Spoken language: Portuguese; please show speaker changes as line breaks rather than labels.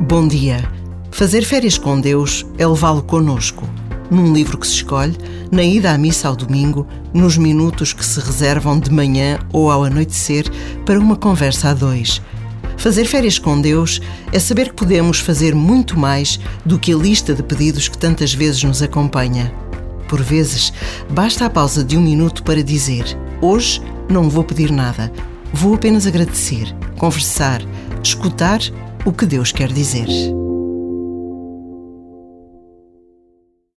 Bom dia. Fazer férias com Deus é levá-lo connosco, num livro que se escolhe, na ida à missa ao domingo, nos minutos que se reservam de manhã ou ao anoitecer para uma conversa a dois. Fazer férias com Deus é saber que podemos fazer muito mais do que a lista de pedidos que tantas vezes nos acompanha. Por vezes, basta a pausa de um minuto para dizer: hoje não vou pedir nada, vou apenas agradecer, conversar, escutar o que Deus quer dizer.